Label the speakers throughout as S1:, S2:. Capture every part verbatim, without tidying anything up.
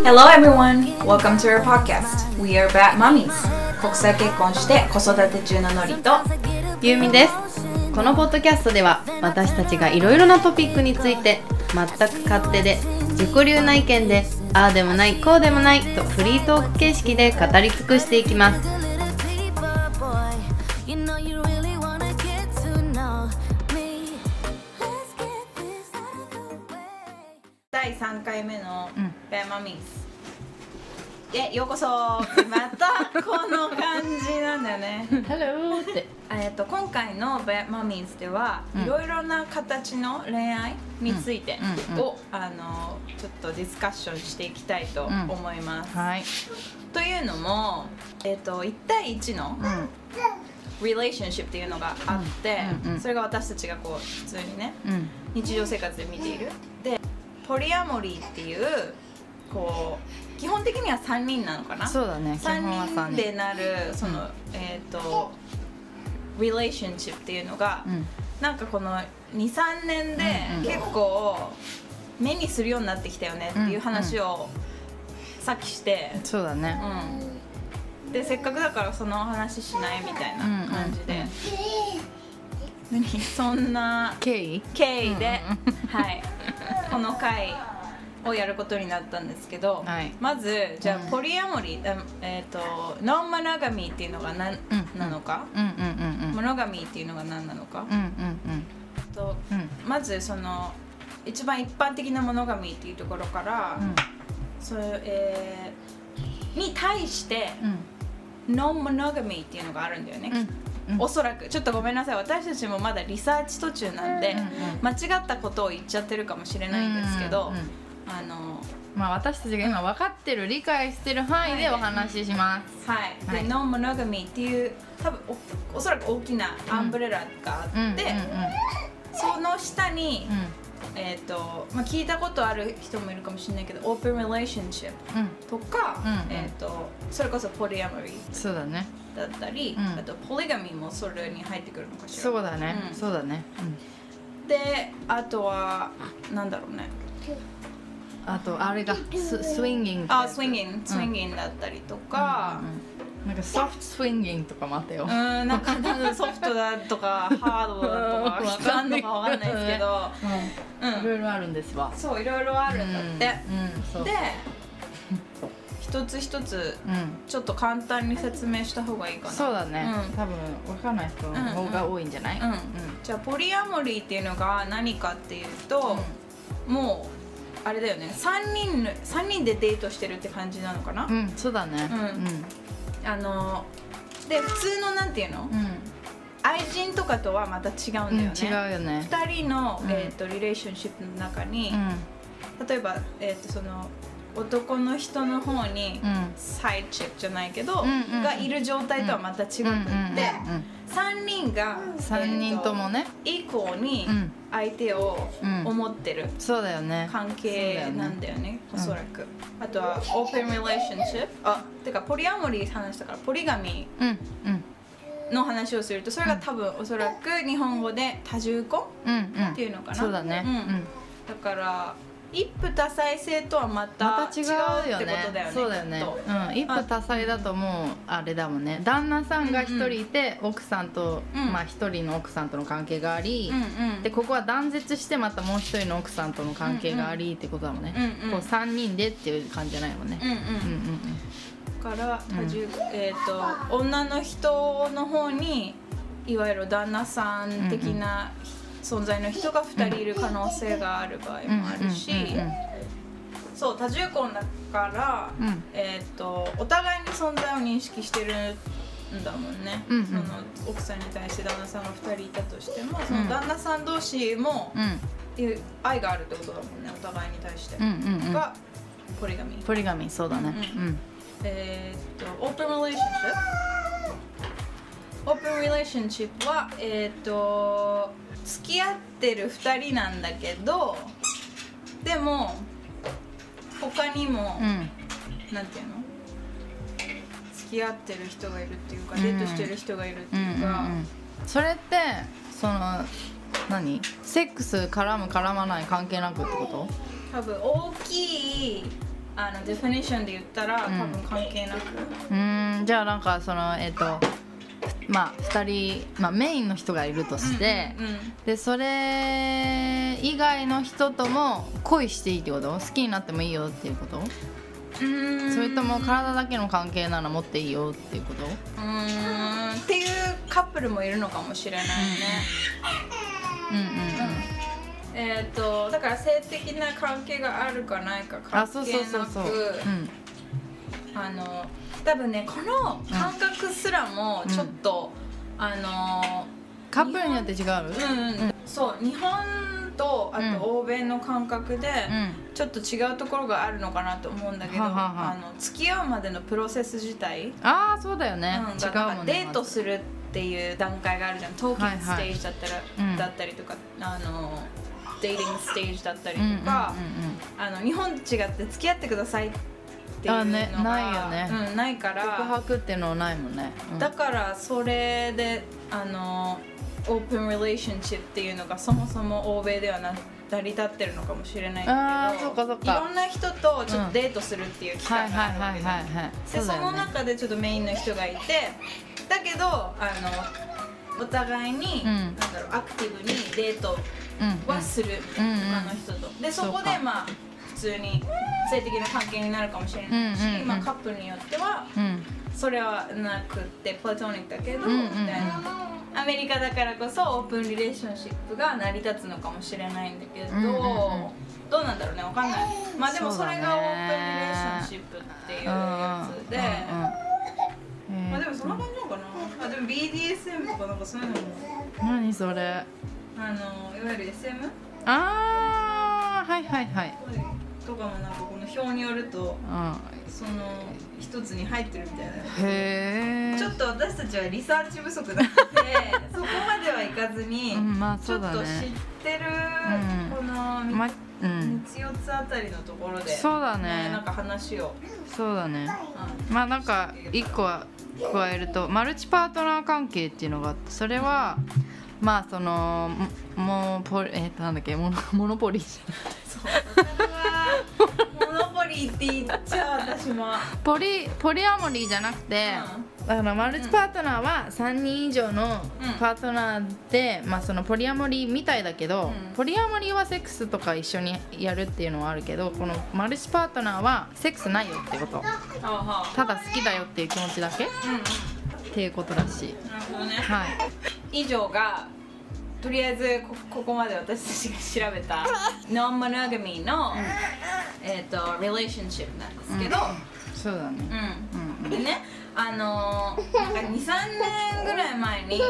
S1: Hello everyone! Welcome to our podcast. We are Bat Mummies. 国際結婚して子育て中のノリと
S2: ゆうみです。このポッドキャストでは私たちがいろいろなトピックについて全く勝手で自己流な意見でああでもないこうでもないとフリートーク形式で語り尽くしていきます。
S1: だいさんかいめの Bat Mummies、うん、へようこそ。またこの感じなんだよね
S2: Hello って
S1: えっと今回の Bat Mummies ではいろいろな形の恋愛についてを、うんうん、あのちょっとディスカッションしていきたいと思います、
S2: うんはい、
S1: というのも、えー、といち対いちの、うんrelationship っていうのがあって、うんうん、それが私たちがこう普通にね、うん、日常生活で見ている。で、ポリアモリーっていうこう基本的にはさんにんなのかな。
S2: そうだね。
S1: さんにんでなるその、うん、えっ、ー、と relationship っていうのが、うん、なんかこの にさんねんで結構目にするようになってきたよねっていう話をさっきして、
S2: うん、そうだね。
S1: うんでせっかくだからその話しないみたいな感じで、うんうんうん、何そんな
S2: 経緯
S1: 経緯で、うんうん、はいこの回をやることになったんですけど、はい、まずじゃあ、うん、ポリアモリー、えーとノンモノガミーっていうのが何、うん、なのか、うんうんうんうん、モノガミーっていうのが何なのか、うんうんうん、と、うん、まずその一番一般的なモノガミーっていうところから、うんそれえー、に対して、うんノンモノガミーっていうのがあるんだよね、うんうん、おそらくちょっとごめんなさい私たちもまだリサーチ途中なんで、うんうん、間違ったことを言っちゃってるかもしれないんですけど、うんうんうん、あの
S2: まあ私たちが今分かってる理解してる範囲でお話しします
S1: はい、はい、でノンモノガミーっていう多分 お, おそらく大きなアンブレラがあって、うんうんうんうん、その下に、うんえーとまあ、聞いたことある人もいるかもしれないけどオープンリレーションシップとか、うんえー、とそれこそポリアモリーだったり、うん、あとポリガミーもそれに入ってくるのかしら。
S2: そうだね、うん、そうだね、
S1: うん、であとはなんだろうね
S2: あとあれがス、スインギング
S1: あスインギングスインギングだったりとか、
S2: うんうんうんなんかソフトスインギングとかもあったよ。
S1: うんなんかソフトだとかハードだとか何のかわかんないですけど、
S2: うんうん、いろいろあるんですわ。
S1: そういろいろあるんだって。うんうん、そうで一つ一つ、うん、ちょっと簡単に説明した方がいいかな。
S2: そうだね。うん、多分わかんない人の方が多いんじゃない？うんうんうん、
S1: じゃあポリアモリーっていうのが何かっていうと、うん、もうあれだよね。三人三人でデートしてるって感じなのかな？
S2: うん、そうだね。うんうん
S1: あので普通のなんていうの、うん、愛人とかとはまた違うんだよね、
S2: うん、違うよね。
S1: ふたりの、うんえー、とリレーションシップの中に、うん、例えば、えー、とその男の人の方に、うん、サイドチップじゃないけど、うんうん、がいる状態とはまた違くって、うんうんうんうん、さんにんが
S2: さんにんともね
S1: イコーに相手を思ってる、うん、
S2: そうだよね
S1: 関係なんだよね、おそらく、うん、あとはオープンリレーションシップあてかポリアモリー話したからポリガミの話をするとそれが多分おそらく日本語で多重婚、うんうん、っていうのかな、
S2: そうだね、うんうん、
S1: だから一夫多妻制とはまた違うってことだよね。
S2: そうだよね。うん、一夫多妻だともうあれだもんね。旦那さんが一人いて、うんうん、奥さんと、うん、まあ一人の奥さんとの関係があり、うんうん、でここは断絶してまたもう一人の奥さんとの関係がありってことだもんね。うんうん、こう三人でっていう感じじゃないもんね。うんうんうん
S1: うん、から多重、うん、えっと女の人の方にいわゆる旦那さん的な、うんうん存在の人がふたりいる可能性がある場合もあるし、そう多重婚だから、うん、えー、とお互いに存在を認識してるんだもんね、うんうん、その奥さんに対して旦那さんがふたりいたとしてもその旦那さん同士も、うん、愛があるってことだもんねお互いに対して、うんうんうん、がポリガミ
S2: ポリガミそうだね、うんうん、
S1: えー、とオープンリレーションシップオープンリレーションシップはえっ、ー、と付き合ってるふたりなんだけどでも他にも、うん、なんていうの付き合ってる人がいるっていうか、うん、デートしてる人がいるっていうか、うんうんうん、
S2: それってその何セックス絡む絡まない関係なくってこと？
S1: 多分大きいあのデフィニッションで言ったら、うん、多分関係なく。
S2: うーん、じゃあなんかそのえっ、ー、とまあふたり、まあ、メインの人がいるとして、うんうんうん、でそれ以外の人とも恋していいってこと？好きになってもいいよっていうこと？うーん、それとも体だけの関係なら持っていいよっていうこと？
S1: うーんっていうカップルもいるのかもしれないね。うんうんうん、うん、えっ、ー、とだから性的な関係があるかないか関係なく、あの多分ねこの感覚すらもちょっと、うん、あの
S2: カップルによって違う？
S1: うんうん、そう日本とあと欧米の感覚でちょっと違うところがあるのかなと思うんだけど、うん、あの付き合うまでのプロセス自体、
S2: ああそうだよね、
S1: うん、違うもんね。デートするっていう段階があるじゃん。トーキングステージだったら、はいはい、だったりとか、あのデーティングステージだったりとか、あの日本と違って付き合ってくださいっていうのが、ね、
S2: ないよね、
S1: うん、ないから
S2: 告白っていうのはないもんね、
S1: うん、だからそれであのオープンリレーションシップっていうのがそもそも欧米ではな成り立ってるのかもしれないんだけど、
S2: あ、そうかそうか、
S1: いろんな人とちょっとデートするっていう機会があるわけで、その中でちょっとメインの人がいて、だけどあのお互いに、うん、なんだろう、アクティブにデートはする、うんうん、他の人とで、そこでまあ普通に性的な関係になるかもしれないし、うんうんうん、まあ、カップルによっては、うん、それはなくってプラトニックだけど、うんうんうん、アメリカだからこそオープンリレーションシップが成り立つのかもしれないんだけど、うんうんうん、どうなんだろうね、わかんない。まあでもそれがオープンリレーションシップっていうやつで、うんうんうん、まあでもそんな感じなのかな。あ、でも ビーディーエスエム とかなんかそういうのも。
S2: 何それ？
S1: あのいわゆる エスエム？
S2: ああ、はいはいはい。
S1: とかもなんかこの表によると、うん、その一つに入ってるみたいな。
S2: へー。
S1: ちょっと私たちはリサーチ不足なのでそこまではいかずに、うん、まあそうだね、ちょっと知ってる、うん、このみっつよっつあたりのところで、
S2: そうだね、
S1: なんか話を。
S2: そうだね、うん、まあなんかいっこは加えるとマルチパートナー関係っていうのがあって、それは、うん、まあそのもうポリ、えー、となんだっけモノ、モノポリーじゃない
S1: そうそれはモノポリーって言っちゃう。私も
S2: ポリ、ポリアモリーじゃなくて、うん、だからマルチパートナーはさんにん以上のパートナーで、うん、まあそのポリアモリーみたいだけど、うん、ポリアモリーはセックスとか一緒にやるっていうのはあるけど、このマルチパートナーはセックスないよってこと、ただ好きだよっていう気持ちだけ、うん、っていうことらしい。
S1: なるほどね、
S2: はい、
S1: 以上がとりあえず こ, ここまで私たちが調べたノンモノガミの、うん、えーとリレーションシップなんですけど、
S2: うん、そうだね、
S1: うんうん、でね、あのー、なんかにさんねんぐらい前に、うん、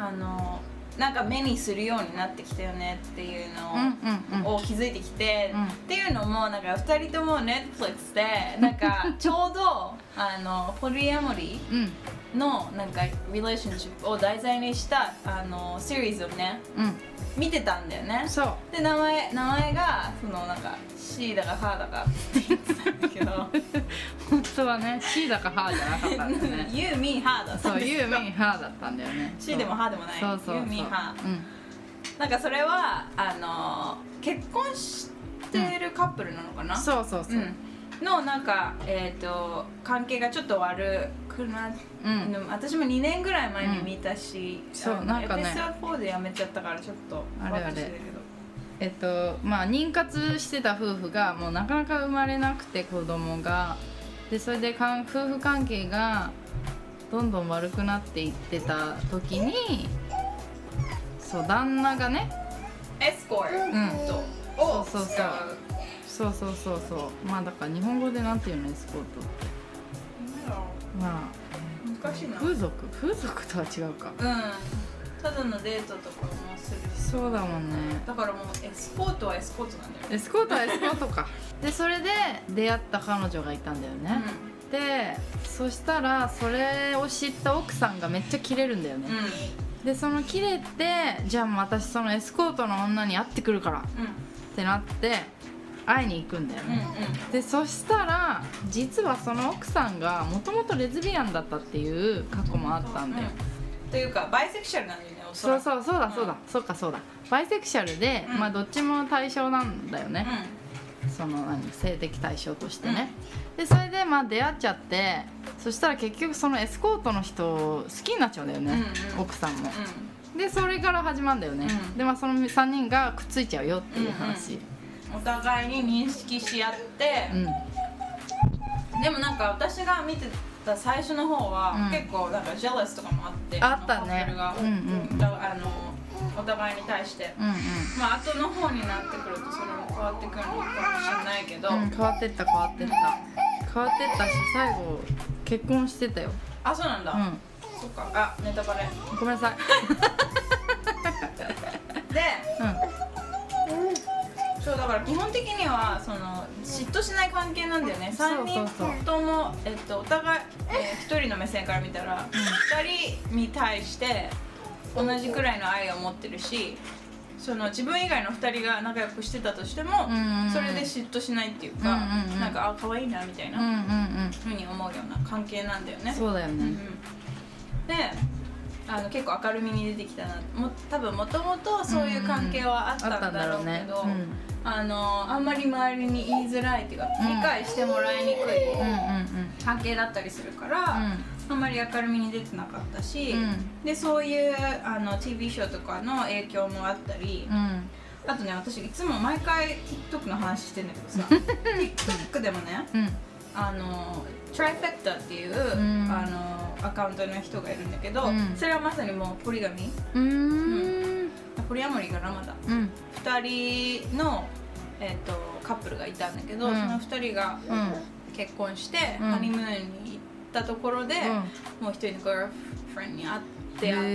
S1: あのー、なんか目にするようになってきたよねっていうのを気づいてきて、うんうんうん、っていうのもなんかふたりとも Netflix でなんかちょうどあのポリアモリーのなんかリレーションシップを題材にしたあのシリーズをね、うん、見てたんだよね。
S2: そう
S1: で名前名前がそのなんか C だか H だかって言ってたんだけど
S2: 本当はね C だか H じゃなかったんだよね
S1: You, me, H だったんですよ。
S2: そう You, me, H だったんだよね
S1: C でも H でもない。
S2: そうそうそう
S1: You, me, H、うん、なんかそれはあの結婚してるカップルなのかな、うん、
S2: そうそうそう、うん
S1: のなんか、えー、と関係がちょっと悪くなって、うん、私もにねんぐらい前に見たし、うん、そうなんかねエピソードフォーでやめちゃったからちょっと
S2: あれあれえっとまあ妊活してた夫婦がもうなかなか生まれなくて子供がで、それでかん夫婦関係がどんどん悪くなっていってた時に、そう旦那がね
S1: エスコート、うん、
S2: そうそうそうそうそうそうそう、まあだから日本語でなんていうのエスコートって、ま
S1: あ難しいな。
S2: 風俗風俗とは違うか。
S1: うん。ただのデートとかもするし。
S2: そうだもんね。
S1: だからもうエスコートはエスコートなんだよね。
S2: エスコートはエスコートか。でそれで出会った彼女がいたんだよね。うん、でそしたらそれを知った奥さんがめっちゃキレるんだよね。うん、でそのキレてじゃあ私そのエスコートの女に会ってくるから、うん、ってなって。会いに行くんだよね、うんうん、でそしたら実はその奥さんがもともとレズビアンだったっていう過去もあったんだよ、
S1: うん、というかバイセクシャルなんだよね。
S2: そうそうそうだそうだ、うん、そうかそうだバイセクシャルで、うん、まあどっちも対象なんだよね、 その何性的対象としてね、うん、でそれでまあ出会っちゃって、そしたら結局そのエスコートの人を好きになっちゃうんだよね、うんうん、奥さんも、うん、でそれから始まるんだよね、うん、でまあそのさんにんがくっついちゃうよっていう話、
S1: うんうん、お互いに認識し合って、うん、でもなんか私が見てた最初の方は、うん、結構なんかジェラスとかもあって
S2: あったね、
S1: うんうん、あのお互いに対して、うんうん、まあ後の方になってくるとそれも変わってくるのかもしれないけど、うん、
S2: 変わってった変わってった変わってったし、最後結婚してたよ。
S1: あ、そうなんだ、うん、そっか、あ、ネタバレ
S2: ごめんなさい
S1: で、うん、そうだから基本的にはその嫉妬しない関係なんだよね。さんにんとも、えっと、お互い、えー、ひとりの目線から見たら、うん、ふたりに対して同じくらいの愛を持ってるし、その自分以外のふたりが仲良くしてたとしても、うんうん、それで嫉妬しないっていうか、うんうん、なんかあ可愛いなみたいなふうに思うような関係なんだよね。
S2: そうだよね、うんうん、
S1: であの結構明るみに出てきたな、も多分もともとそういう関係はあったんだろうけど、あのあんまり周りに言いづらいっていうか、うん、理解してもらいにくい関係だったりするから、うん、あんまり明るみに出てなかったし、うん、でそういうあの ティーブイ ショーとかの影響もあったり、うん、あとね、私いつも毎回 TikTok の話してんだけどさTikTok でもね、うん、あのトライフェクタっていう、うん、あのアカウントの人がいるんだけど、うん、それはまさにもうポリガミ、うんうん、ポリアモリーからまだ、うん、ふたりの、えー、とカップルがいたんだけど、うん、そのふたりが結婚して、うん、ハニムーンに行ったところで、うん、もう一人のガールフレンドに会って会って、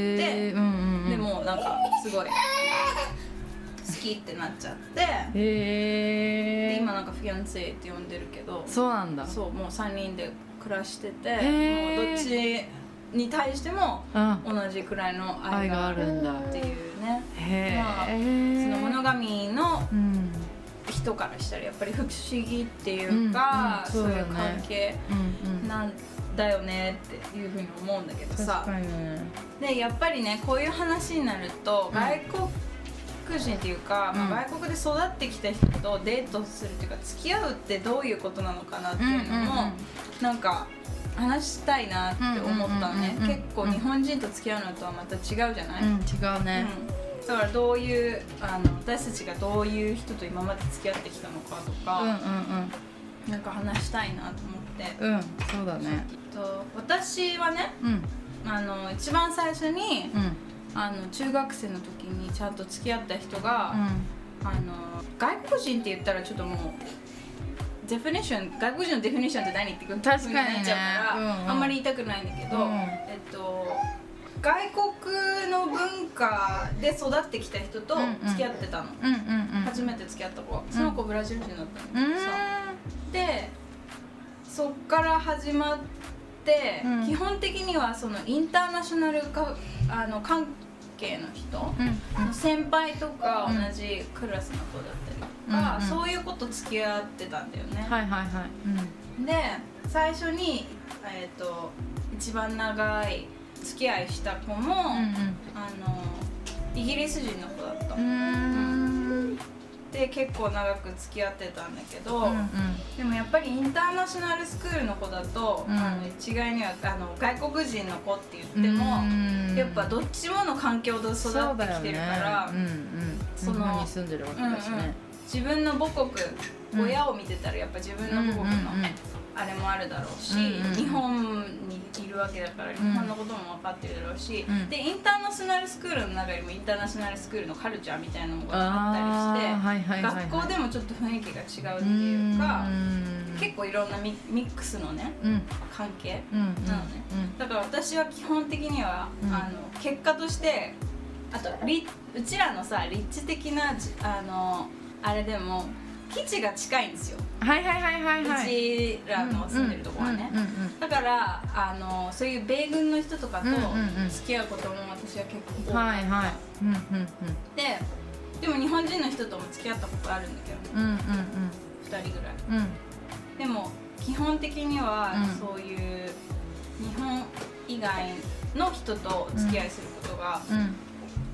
S1: うんうんうん、でもうなんかすごい好きってなっちゃって、へで今なんかフィアンセイって呼んでるけど、
S2: そうなんだ、
S1: そうもうさんにんで暮らしてて、もうどっちに対しても同じくらいの愛があるんだっていうね、へまあ、そのモノガミの人からしたらやっぱり不思議っていうか、うんうん、そういう関係なんだよねっていうふうに思うんだけどさ、確かにね、でやっぱりねこういう話になると、うん、外国人っていうか、うん、まあ、外国で育ってきた人とデートするっていうか付き合うってどういうことなのかなっていうのも、うんうんうん、なんか話したいなって思ったのね。結構日本人と付き合うのとはまた違うじゃない、うん、
S2: 違うね、
S1: うん、だからどういうあの私たちがどういう人と今まで付き合ってきたのかとか、うんうんうん、なんか話したいなと思って、
S2: うん、そうだね。
S1: と私はね、うん、あの一番最初に、うん、あの中学生の時にちゃんと付き合った人が、うん、あの外国人って言ったらちょっともうデフィニッション、外国人のデフィニッションって何ってふうになっちゃうから、うんうん、あんまり言いたくないんだけど、うん、えっと外国の文化で育ってきた人と付き合ってたの、うんうんうん、初めて付き合った子は、うん、その子ブラジル人だったの、うん、さでそっから始まって、うん、基本的にはそのインターナショナルかあの関係の人、うん、先輩とか同じクラスの子だったりとか、うんうん、そういう子と付き合ってたんだよね。
S2: はいはいはい、
S1: うん、で最初に、えーと、一番長い付き合いした子も、うんうん、あのイギリス人の子だった。うーんで結構長く付き合ってたんだけど、うんうん、でもやっぱりインターナショナルスクールの子だと、うん、あの一概にはあの外国人の子って言っても、やっぱどっちもの環境で育ってきてるから、
S2: うんうん、その日本に住んでるわけだしね、うんうん、
S1: 自分の母国、親を見てたらやっぱ自分の母国のあれもあるだろうし、うんうん、日本にいるわけだから日本のことも分かってるだろうし、うん、でインターナショナルスクールの中にもインターナショナルスクールのカルチャーみたいなのがあったりして、はいはいはいはい、学校でもちょっと雰囲気が違うっていうか、う結構いろんな ミ, ミックスのね、うん、関係なのね、うんうん、だから私は基本的には、うん、あの結果としてあとリうちらのさ立地的なあのあれでも基地が近いんですよ。
S2: はいはいはいはいはい。
S1: うちらの住んでるところはね。だからあのそういう米軍の人とかと付き合うことも私は結構多かった。はいはい。うんうんうん。で、でも日本人の人とも付き合ったことあるんだけど、うんうんうん。ふたりぐらい。うん。でも基本的にはそういう日本以外の人と付き合いすることが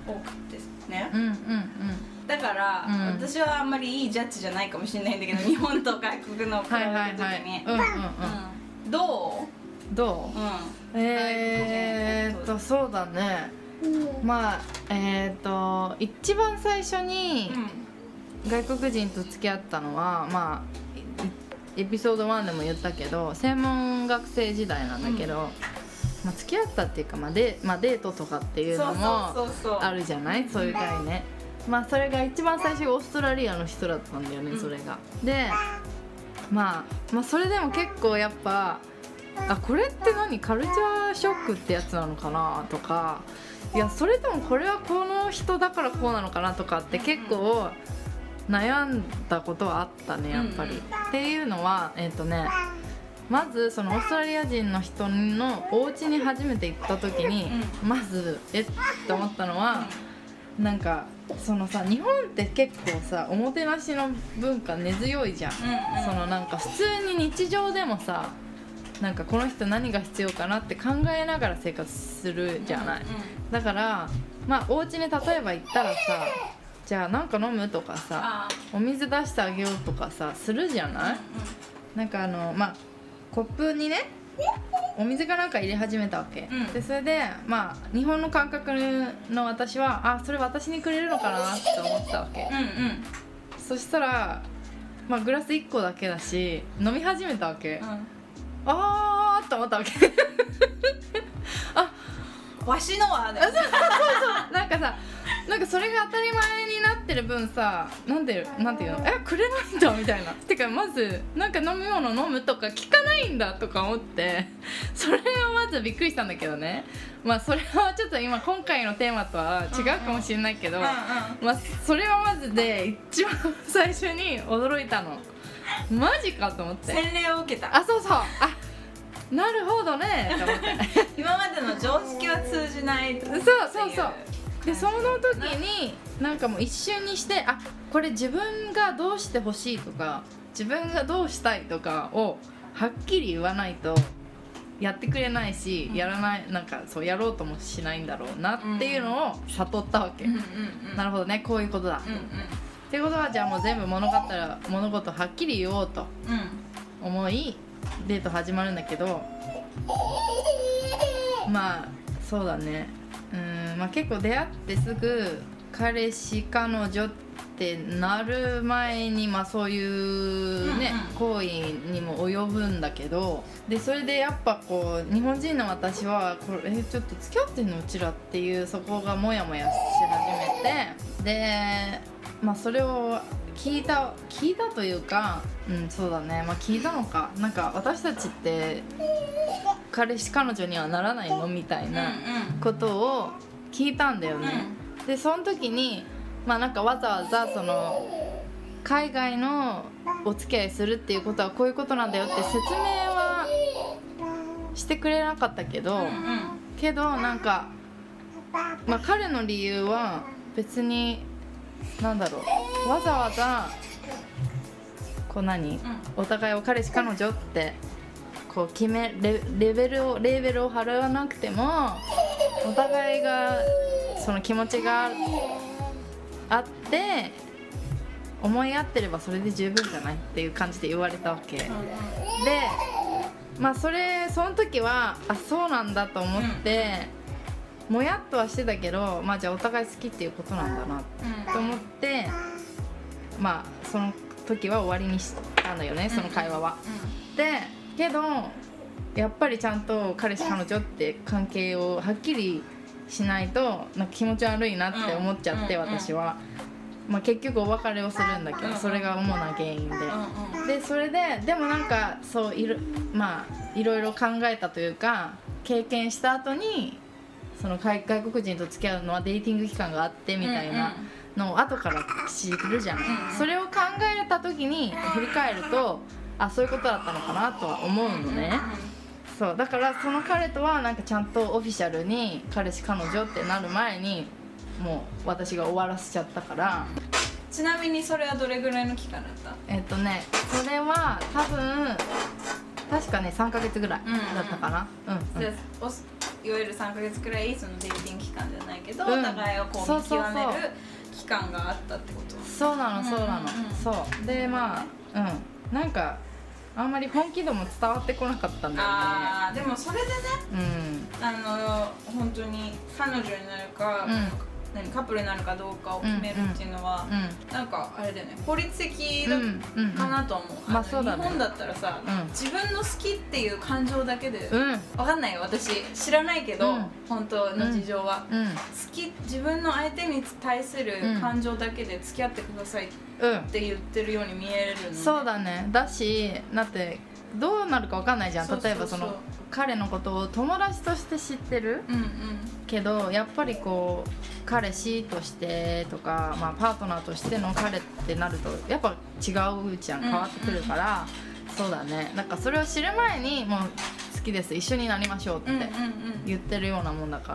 S1: 多くてね、
S2: うんうんうん、
S1: だから、うん、私はあんまりいいジャッジじゃないかもしれないんだけど日本と外国の比べた時にどう
S2: どう、うん、えーっとそうだね、まあえーっと一番最初に外国人と付き合ったのは、まあエピソードワンでも言ったけど専門学生時代なんだけど、うん、まあ、付き合ったっていうか、まあでまあ、デートとかっていうのもあるじゃない、そういう概念。まあそれが一番最初がオーストラリアの人だったんだよね、それが。で、まあ、まあそれでも結構やっぱあこれって何カルチャーショックってやつなのかなとか、いやそれともこれはこの人だからこうなのかなとかって結構悩んだことはあったねやっぱり、うん、っていうのはえっとねまずそのオーストラリア人の人のお家に初めて行った時に、うん、まずえって思ったのは、うん、なんかそのさ日本って結構さおもてなしの文化根強いじゃん、うんうん、そのなんか普通に日常でもさなんかこの人何が必要かなって考えながら生活するじゃない、うんうん、だからまあお家に例えば行ったらさじゃあなんか飲むとかさお水出してあげようとかさするじゃない、うんうん、なんかあのまあコップにねお水かなんか入れ始めたわけ、うん、でそれでまあ日本の感覚の私はあそれ私にくれるのかなって思ったわけ、うんうん、そしたらまあグラスいっこだけだし飲み始めたわけ、うん、あーって思ったわけあ
S1: わしのはね
S2: そうそうそうなんかさなんかそれが当たり前になってる分さなんでなんていうのえくれないんだみたいなてかまずなんか飲み物飲むとか聞かないんだとか思ってそれはまずびっくりしたんだけどね。まあそれはちょっと今今回のテーマとは違うかもしれないけど、うんうん、まあそれはまずで一番最初に驚いたのマジかと思って
S1: 洗礼を受けた。
S2: あそうそうあなるほどねと思って
S1: 今までの常識は通じない
S2: そうそうそうでその時になんかもう一瞬にしてあこれ自分がどうしてほしいとか自分がどうしたいとかをはっきり言わないとやってくれないし、うん、やらないなんかそうやろうともしないんだろうなっていうのを悟ったわけ、うんうんうん、なるほどねこういうことだ、うんうん、ってことはじゃあもう全部物語物事はっきり言おうと思い、うん、デート始まるんだけどまあそうだねうんまあ、結構出会ってすぐ彼氏彼女ってなる前に、まあ、そういうね、うんうん、行為にも及ぶんだけどでそれでやっぱこう日本人の私はこれえちょっと付き合ってんのうちらっていうそこがモヤモヤし始めてで、まあ、それを聞いた聞いたというかうんそうだね、まあ、聞いたのかなんか私たちって彼氏彼女にはならないのみたいなことを聞いたんだよね、うん、でその時にまあなんかわざわざその海外のお付き合いするっていうことはこういうことなんだよって説明はしてくれなかったけど、うんうん、けどなんかまあ彼の理由は別になんだろうわざわざこう何、うん、お互いを彼氏彼女ってこう決め レ, レベルをレーベルを払わなくてもお互いがその気持ちがあって思い合ってればそれで十分じゃないっていう感じで言われたわけ、うん、でまあそれその時はあそうなんだと思って、うん、もやっとはしてたけどまあじゃあお互い好きっていうことなんだなと思って、うん、まあその時は終わりにしたんだよねその会話は、うん、でけどやっぱりちゃんと彼氏彼女って関係をはっきりしないとなんか気持ち悪いなって思っちゃって、うん、私は、まあ、結局お別れをするんだけどそれが主な原因ででそれででもなんかそういるまあいろいろ考えたというか経験した後にその外国人と付き合うのはデーティング期間があってみたいなのを後から知るじゃん、うん、それを考えた時に振り返るとあそういうことだったのかなとは思うのね。そうだからその彼とはなんかちゃんとオフィシャルに彼氏彼女ってなる前にもう私が終わらせちゃったから。
S1: ちなみにそれはどれぐらいの期間だった？
S2: えっとねそれは多分確かねさんかげつぐらいだったかな。うん、うん、
S1: でいわゆるさんかげつくらいそのデーティング期間じゃないけど、うん、お互いをこう見極める期間があったってこと。
S2: そうなのそうなの、うんうんうん、そうでまあうんなんかあんまり本気度も伝わってこなかったんだよね。
S1: あーでもそれでね、うん、あの本当に彼女になるか、うん何カップルになるかどうかを決めるっていうのは、うんうん、なんかあれだよね法律的だ、うん、かなと思う、うんうんまあそうだね、日本だったらさ、うん、自分の好きっていう感情だけで、うん、わかんないよ私知らないけど、うん、本当の事情は、うん、好き自分の相手に対する感情だけで付き合ってくださいって言ってるように見えるの、ね、
S2: そうだね。だしだってどうなるかわかんないじゃん。例えばその彼のことを友達として知ってる、うんうん、けどやっぱりこう彼氏としてとか、まあ、パートナーとしての彼ってなるとやっぱ違うじゃん変わってくるから、うんうん、そうだね。なんかそれを知る前にもう好きです一緒になりましょうって言ってるようなもんだから、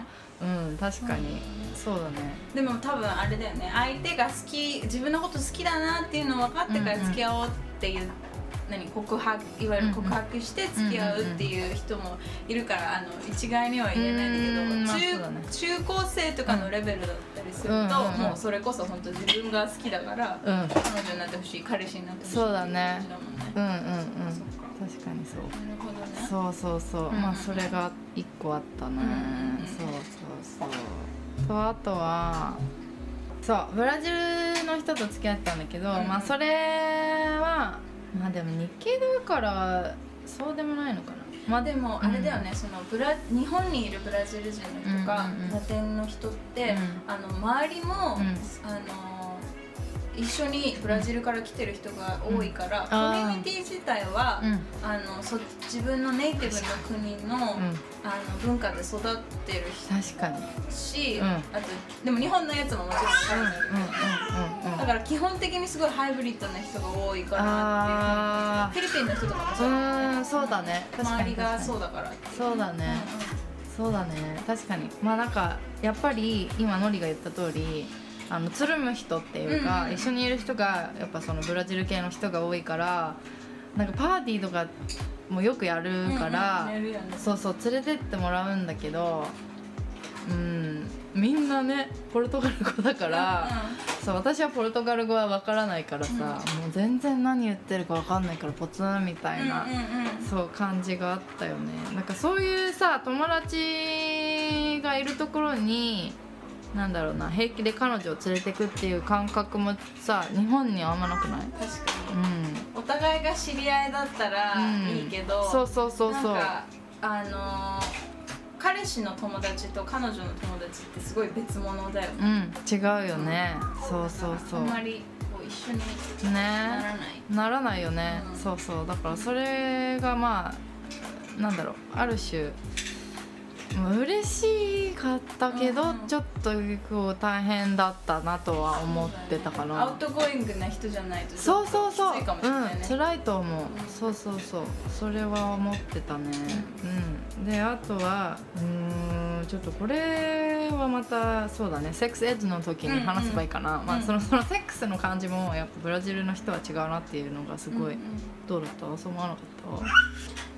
S2: うんうんうん、確かに、うん、そうだね。
S1: でも多分あれだよね相手が好き自分のこと好きだなっていうのを分かってから付き合おうっていう、うんうん何告白いわゆる告白して付き合うっていう人もいるからあの一概には言えないんだけど、中、まあね、中高生とかのレベルだったりすると、うんうんうん、もうそれこそ本当自分が好きだから、うん、彼女になってほしい彼氏になってほしい
S2: そうだね。うんうんうん確かにそう。
S1: なるほどね。
S2: そうそうそう、うんうん、まあそれが一個あったね、うんうんうん、そうそうそうとあとはそうブラジルの人と付き合ってたんだけど、うんうん、まあそれはまあでも日系だからそうでもないのかな。
S1: まあでもあれだよね、うん、そのブラ日本にいるブラジル人の人か、うんうんうん、ラテンの人って、うん、あの周りも、うん、あの一緒にブラジルから来てる人が多いから、うん、コミュニティ自体は、うん、あのそ自分のネイティブの国の、うん、あの文化で育ってる
S2: 確かに
S1: し、うん、あとでも日本のやつももちろんあるんだけど、だから基本的にすごいハイブリッドな人が多いかなっていうフィリピンの人とかもそうだね。
S2: うんそうだね確かに
S1: 周りがそうだから
S2: そうだね、うんうん、そうだね確かに。まあなんかやっぱり今ノリが言った通りあのつるむ人っていうか、うんうん、一緒にいる人がやっぱそのブラジル系の人が多いからなんかパーティーとかもよくやるから、うんうんね、そうそう連れてってもらうんだけどうんみんなねポルトガル語だから、うんうん、そう私はポルトガル語は分からないからさ、うん、もう全然何言ってるか分かんないからポツンみたいな、うんうんうん、そう感じがあったよね。なんかそういうさ友達がいるところになんだろうな平気で彼女を連れてくっていう感覚もさ日本にはあんまなくない？
S1: 確かに、うん、お互いが知り合いだったらいいけど、うん、
S2: そうそうそうそう
S1: なんかあのー、彼氏の友達と彼女の友達ってすごい別物だよね。
S2: うん違うよね、うん、そうそうそう
S1: あんまりこう一緒にならない、ね、
S2: ならないよね、うん、そうそうだからそれがまあなんだろうある種嬉しかったけど、うんうん、ちょっとこう大変だったなとは思ってたかな、ね、
S1: アウトゴーイングな人じゃないとち
S2: ょっときつ
S1: いかもしれないね。
S2: そうそうそう、うん、辛いと思う、うん、そうそうそうそれは思ってたね、うん、であとはうーんちょっとこれはまたそうだねセックスエッジの時に話せばいいかな、うんうん、まあ、そのそのセックスの感じもやっぱブラジルの人は違うなっていうのがすごい、うんうん、どうだった？そう思わなかった？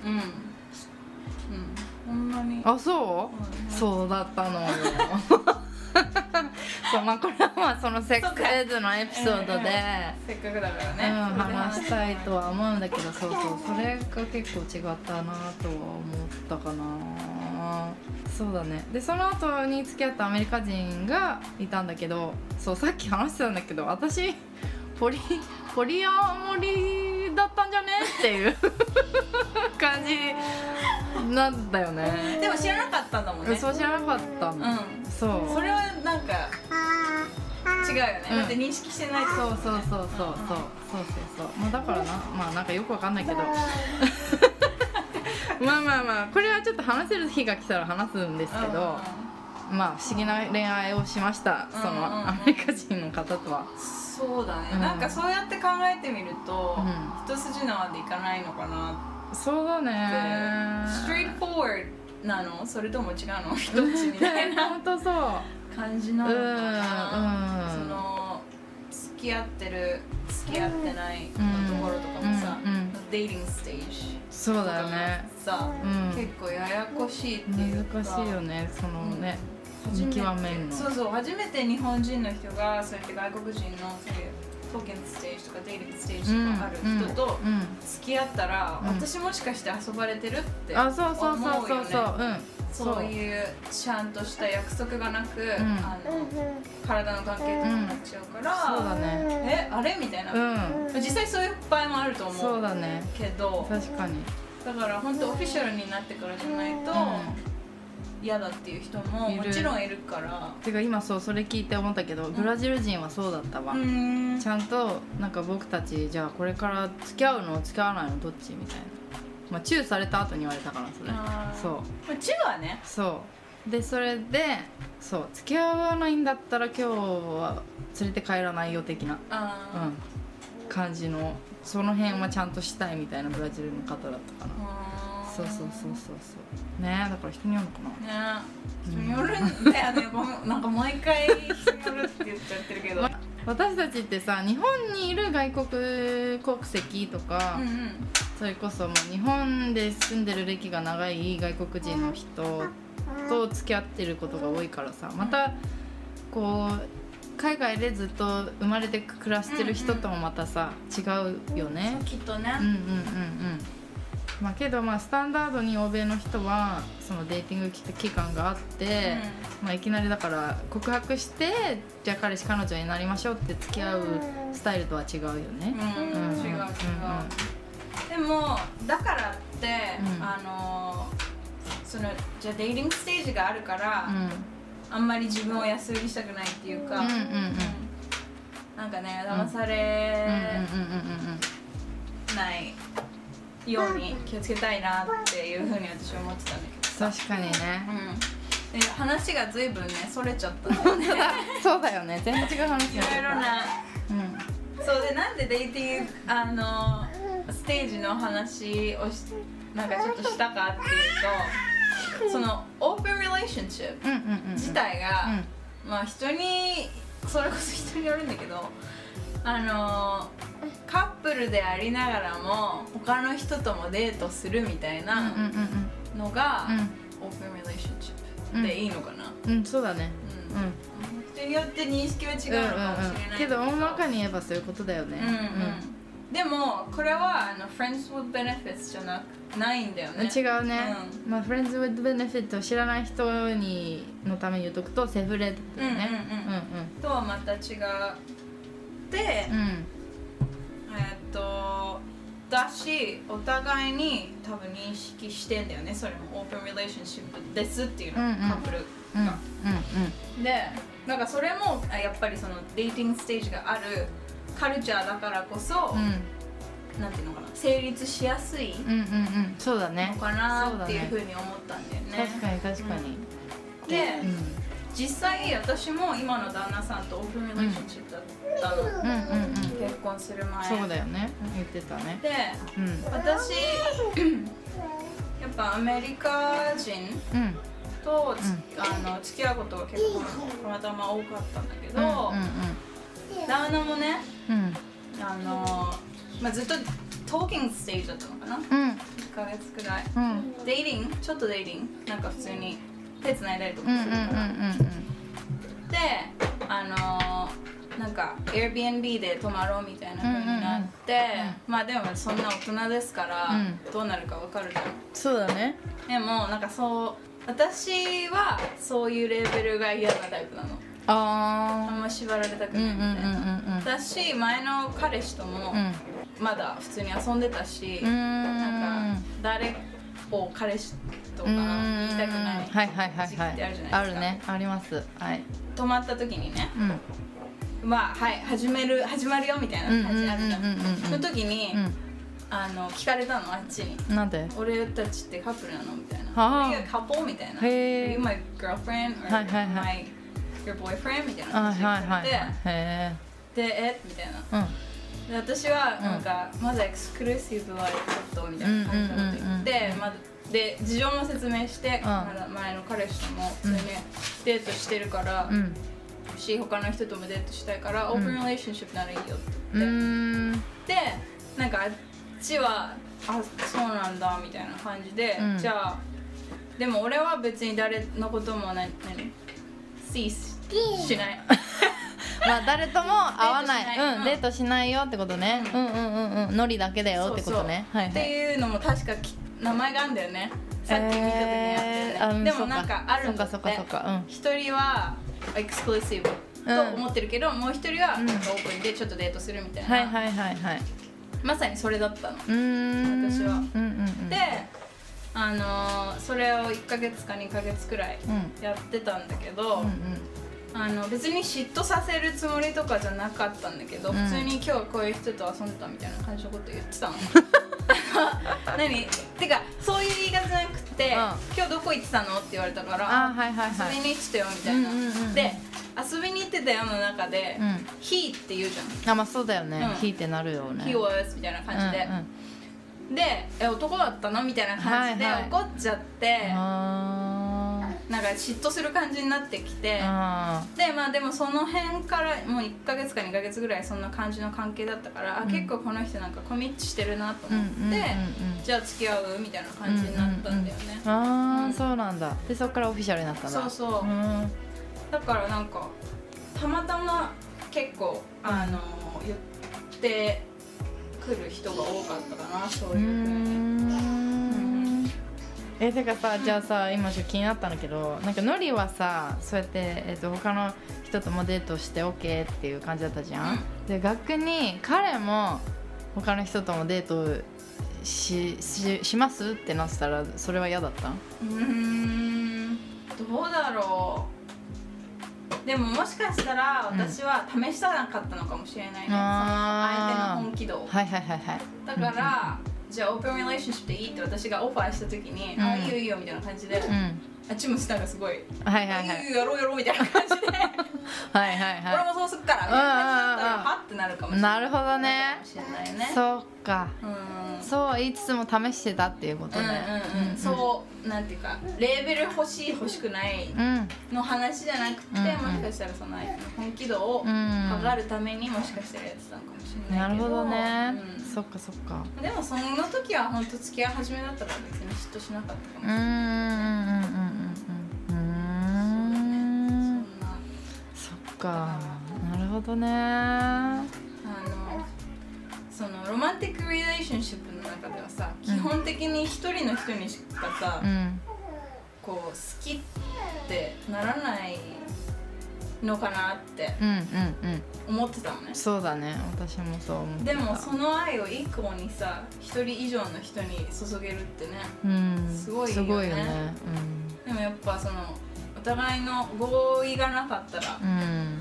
S2: うん
S1: ほんまに
S2: あそう、うん、そうだったのよそう、まあ、これはまあそのセックスエッジのエピソードで、
S1: えー、せっかくだからね、
S2: うん、話したいとは思うんだけどそうそうそれが結構違ったなとは思ったかな。そうだね。でその後に付き合ったアメリカ人がいたんだけどそうさっき話してたんだけど私ポリポリアモリだったんじゃねっていう感じなんだよね。
S1: でも知らなかったんだもんね。
S2: そう知らなかったの、うん、そう
S1: それはなんか違うよね、うん、だって認識してないってこと、
S2: ね、そうそうそうそうそうそうそうそうまあだからなまあなんかよくわかんないけどまあまあまあこれはちょっと話せる日が来たら話すんですけど、まあ不思議な恋愛をしました、そのアメリカ人の方とは。
S1: そうだね、うん、なんかそうやって考えてみると、うん、一筋縄でいかないのかな。
S2: そうだね。
S1: ストレートフォワードなのそれとも違うの一つみたいな
S2: 本当そう
S1: 感じなのかな、うん、その付き合ってる付き合ってないところとかもさ、デイティングステージ
S2: そうだよね
S1: さ、結構ややこしいっていうか
S2: 難しいよね、そのね見極めるの。
S1: そうそう、初めて日本人の人がそうやって外国人のそういうトーキングステージとかデイティングステージとかある人と付き合ったら、私もしかして遊ばれてるって思うよね。あ、そうそうそうそうそう、うん、そういうちゃんとした約束がなく、うん、あの体の関係とかになっちゃうから、うん、そうだね、え、あれみたいな、うん、実際そういう場合もあると思う。そうだね、けど
S2: 確かに
S1: だから本当オフィシャルになってからじゃないと、うん、嫌だっていう人ももちろんいるから。
S2: てか今そうそれ聞いて思ったけど、ブラジル人はそうだったわ、うん、ちゃんとなんか僕たちじゃあこれから付き合うの付き合わないのどっちみたいな、まあ、チューされた後に言われたからそれ。
S1: そうチューはね、
S2: そうでそれでそう付き合わないんだったら今日は連れて帰らないよ的な、うん、感じの、その辺はちゃんとしたいみたいなブラジルの方だったかな。そうそうそうそうそうね、だから人によるのか
S1: な。ね、人によるんだよね。ごめん、なんか毎回人によるって言っちゃってるけど。
S2: 私たちってさ、日本にいる外国国籍とか、うんうん、それこそもう日本で住んでる歴が長い外国人の人と付き合ってることが多いからさ、またこう海外でずっと生まれて暮らしてる人ともまたさ、うんうん、違うよね、
S1: きっとね。
S2: うんうんうんうん。まあ、けどまあスタンダードに欧米の人はそのデーティング期間があって、うん、まあ、いきなりだから告白してじゃあ彼氏彼女になりましょうって付き合うスタイルとは違うよね。うん、
S1: うん、違う違う、うん、でもだからって、うん、あのそのじゃあデーティングステージがあるから、うん、あんまり自分を安売りしたくないっていうか、うんうんうん、なんかね騙されないように気をつけたいなっていうふうに私は思ってたんだけど。
S2: 確かにね、
S1: うん、で話が随分ねそれちゃったんだよね。
S2: そうだよね、全然違う話だった。
S1: いろいろな、うん、そうで、なんでデイティングあのステージの話をしなんかちょっとしたかっていうと、そのオープンリレーションシップ自体が、うん、まあ人にそれこそ人によるんだけど、あのカップルでありながらも他の人ともデートするみたいなのがオープンリレーションシップでいいのかな。
S2: うん、うん、そうだね、うん、
S1: 人によって認識は違うのかもしれない、うんうん、
S2: けど大まかに言えばそういうことだよね。うん、うん、
S1: でもこれはあの Friends with Benefits じゃなくないんだよね。
S2: 違うね、うん、まあ Friends with Benefits を知らない人にのために言うとくとセフレだよね。
S1: とはまた違うで、うん、えっとだしお互いに多分認識してんだよね。それもオープンリレーションシップですっていうの、うんうん、カップルが、うんうんうん、でなんかそれもやっぱりそのデーティングステージがあるカルチャーだからこそ、うん、なんていうのかな、成立しやすいのかなっていうふうに思ったんだよね。
S2: 確かに確かに、
S1: うん、で、うん、実際私も今の旦那さんとオープンリレーションシップだったの、うんうんうん、結婚する前。
S2: そうだよね、言ってたね。
S1: で、うん、私やっぱアメリカ人と、うん、あの付き合うことが結構たまたま多かったんだけど、うんうんうん、旦那もね、うん、あの、まあ、ずっとトーキングステージだったのかな、うん、いっかげつくらい、うん、デイティング、ちょっとデイティングなんか普通に手つないだりとかするから、で、あのなんか Airbnb で泊まろうみたいな風になって、うんうんうん、まあでもそんな大人ですから、うん、どうなるか分かるじゃん。
S2: そうだね。
S1: でもなんかそう私はそういうレベルが嫌なタイプなの。
S2: あ
S1: あんま縛られたくないみたいな。だし前の彼氏ともまだ普通に遊んでたし、うん、なんか誰を彼氏とか言いたくない時期ってあるじゃないですか。
S2: あるね、あります。はい。
S1: 泊まった時にね、うん、まあはい始める始まるよみたいな感じあるじゃん。その時に、うん、あの聞かれたのあっちに。
S2: なんで？
S1: 俺たちってカップルなのみたいな。Are you a couple みたいな。Are you my girlfriend or my your boyfriend みたいな感じで聞かれて、でえみたいな。うんで私はなんか、うん、まずエクスクルーシブはちょっとみたいな感じのこと言って、まで事情も説明して、うん、前の彼氏とも普通にデートしてるから、うん、 し、他の人ともデートしたいから、うん、オープンリレーションシップならいいよって言って、うん、でなんかあっちはあそうなんだみたいな感じで、うん、じゃあでも俺は別に誰のことも何何シースしない
S2: まあ誰とも会わない、うん、デートしないよってことね、うん、うんうんうんうんノリだけだよってことね。
S1: そうそう、はいはい、っていうのも確か名前があるんだよね、さっき見た時にあってね、えー、でもなんかあるんだって。一、うん、人はエクスクルーシブと思ってるけど、うん、もう一人はオープンでちょっとデートするみたいな、はいはいはいはい、まさにそれだったの、うーん私は、うんうんうん、であのー、それをいっかげつかにかげつくらいやってたんだけど、うんうん、あの別に嫉妬させるつもりとかじゃなかったんだけど、うん、普通に今日はこういう人と遊んでたみたいな感じのこと言ってたの何てかそういう言い方じゃなくて、うん、今日どこ行ってたのって言われたから、あ、はいはいはい、遊びに行ってたよみたいな、うんうんうん、で遊びに行ってたよの中で、うん、he って言うじゃん。
S2: あ、まあそうだよね、うん、he ってなるよね。
S1: he was みたいな感じで、うんうん、でえ男だったのみたいな感じで怒っちゃって、はいはい、なんか嫉妬する感じになってきて、でまあでもその辺からもういっかげつかにかげつぐらいそんな感じの関係だったから、うん、あ結構この人なんかコミットしてるなと思って、うんうんうんうん、じゃあ付き合うみたいな感じになったんだよね、
S2: うんうんうん、ああ、うん、そうなんだ。でそっからオフィシャルになったんだ。
S1: そうそう、うん、だからなんかたまたま結構あの言ってくる人が多かったかな、そういうふうに。うーん、
S2: えてかさ、じゃあさ、今ちょっと気になったんだけど、なんかノリはさそうやって、えー、と他の人ともデートして OK っていう感じだったじゃん、うん、で逆に彼も他の人ともデート し, し, しますってなってたらそれは嫌だった？う
S1: ーん、どうだろう。でももしかしたら私は試したなかったのかもしれないね、うん、その相手の本気度を。はいはいはいはい。だから、うん、じゃあオープンリレーションシップでいいって私がオファーした時に、うん、あ、いいよいいよみたいな感じで、うん、あっちもしたがすごい、はいはいはい、いいよやろうやろうみたいな感じではいはいはい、俺もそうすっからみたいな感じだったらはってなるかもしれない。
S2: なるほどね。
S1: かもしれないね。
S2: そうか、うん、そう言いつつも試してたっていうことね、
S1: うんうんうんうん、そうなんていうかレーベル欲しい欲しくないの話じゃなくて、うん、もしかしたらその本気度を測るためにもしかしたらやってたのかもしれないけど、なるほどね、うん、
S2: そっかそっか。
S1: でもその時は本当付き合い始めだったから別に嫉妬しなかったかもしれない。うんうんうん
S2: うんうん、そっか、なるほどね。あの
S1: そのロマンティックリレーションシップの中ではさ、基本的に一人の人にしかさ、うん、こう好きってならないのかなって思ってたのね、うんうんうん、そうだね、
S2: 私もそう思ってた。
S1: でもその愛を一個にさ一人以上の人に注げるってね、うん、すごいよね。すごいよね、うん、でもやっぱそのお互いの合意がなかったら、うん、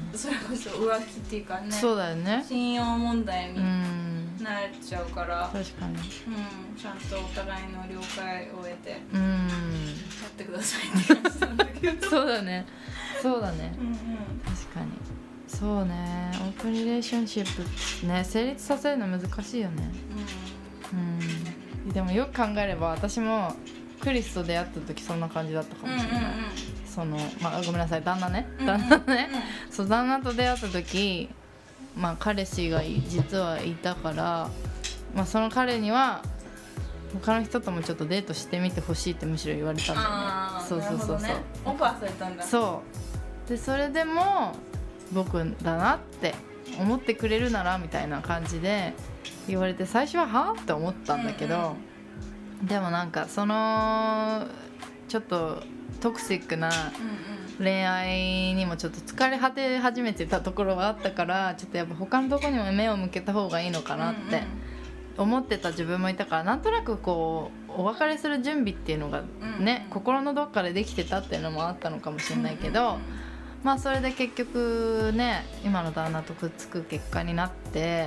S1: それこそ浮気っていうかね、
S2: そうだよね、
S1: 信用問題になっちゃうから、
S2: 確かに、うん、
S1: ちゃんとお互いの了解を得て、うん、やってくださいって感じなんだけど
S2: そうだねそうだね、うんうん、確かにそうね。オープンリレーションシップね、成立させるの難しいよね、うんうん、でもよく考えれば私もクリスと出会った時そんな感じだったかもしれない、うんうんうん、その、まあ、ごめんなさい、旦那ね、旦那ね、うんうんうん、そう旦那と出会った時、まあ、彼氏が実はいたから、まあ、その彼には他の人ともちょっとデートしてみてほしいってむしろ言われたんだよね。あ、そうそうそうそう、ね、
S1: オファーされたんだ。
S2: そうで、それでも僕だなって思ってくれるならみたいな感じで言われて、最初ははって思ったんだけど、うんうん、でもなんかそのちょっとトクシックな恋愛にもちょっと疲れ果て始めてたところはあったから、ちょっとやっぱ他のところにも目を向けた方がいいのかなって思ってた自分もいたから、なんとなくこうお別れする準備っていうのがね、心のどっかでできてたっていうのもあったのかもしれないけど、まあそれで結局ね、今の旦那とくっつく結果になって、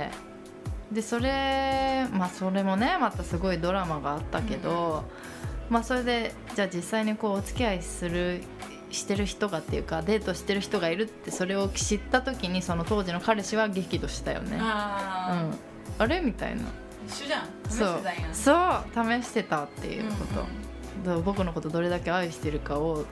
S2: でそれまあそれもねまたすごいドラマがあったけど、まあそれでじゃあ実際にこうお付き合いするしてる人がっていうかデートしてる人がいるって、それを知った時にその当時の彼氏は激怒したよね。あ、うん、あれみたいな、
S1: 一緒じゃん、試してたんや。
S2: そう、そう試してたっていうこと、うんうん、僕のことどれだけ愛してるかを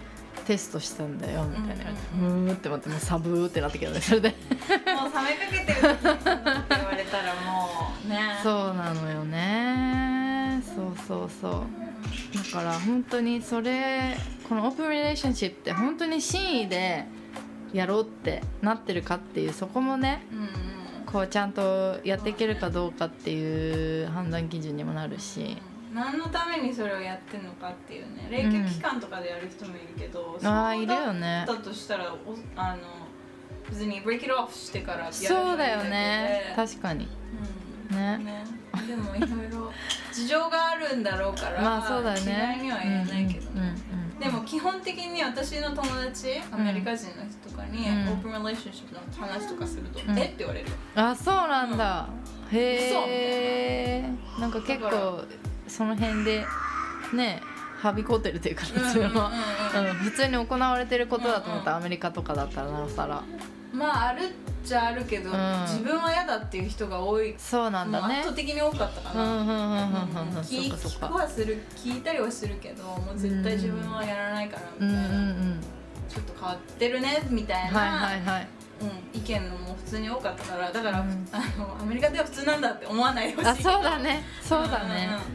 S2: テストしたんだよみたいな、うんうんうん、うーって待ってもうサブーってなってきたねそれでもう
S1: 冷めかけてる時にそんなって言われたらもうね
S2: そうなのよねそうそうそうだから本当にそれこのオープンリレーションシップって本当に真意でやろうってなってるかっていうそこもね、うんうん、こうちゃんとやっていけるかどうかっていう判断基準にもなるし、
S1: 何のためにそれをやってんのかっていうね冷却期間とかでやる人もいるけど、
S2: うん、ああいるよね
S1: だとしたらあの別にブレイクオフしてからやる
S2: そうだよね確かに、
S1: うん、ね, ねでもいろいろ事情があるんだろうから
S2: まあそうだね
S1: 嫌いには言えないけどね、
S2: うんうんうんうん、
S1: でも基本的に私の友達アメリカ人の人とかに、うん、オープンリレーションシップの話とかすると、うん、えって言われる
S2: あそうなんだ、うん、へえなんか結構その辺でねはびこってるというか普通に行われてることだと思った、うんうん、アメリカとかだったらなおさら
S1: まああるっちゃあるけど、うん、自分は嫌だっていう人が多い
S2: そうなんだね
S1: 圧倒的に多かったかな聞くはする聞いたりはするけどもう絶対自分はやらないからみたいな、うんうんうん、ちょっと変わってるねみたいな、はいはいはいうん、意見のも普通に多かったからだから、うん、あのアメリカでは普通なんだって思わないでほしい。
S2: あそうだねそうだね、うんうんうん、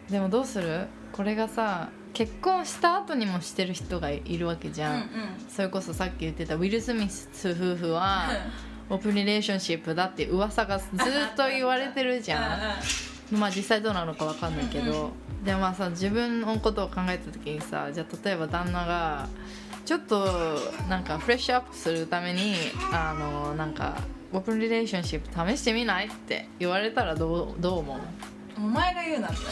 S2: でもどうするこれがさ結婚した後にもしてる人がいるわけじゃん、うんうん、それこそさっき言ってたウィル・スミス夫婦はオープンリレーションシップだって噂がずっと言われてるじゃんまあ実際どうなのか分かんないけど、うんうん、でもまあさ自分のことを考えた時にさじゃあ例えば旦那がちょっとなんかフレッシュアップするためにあのなんかオープンリレーションシップ試してみないって言われたらどう、どう思う？
S1: お前が言うなって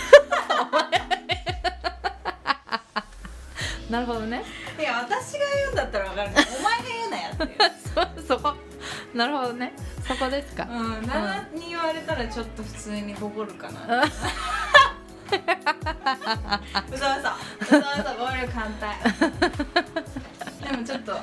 S2: なるほどね。
S1: いや私が言うんだったら分かるけどお前が言うなやって
S2: そ, そこなるほどねそこですか。
S1: うん旦那に言われたらちょっと普通にボコるかなうそうそうそうそうボコる反対でもちょっとうん、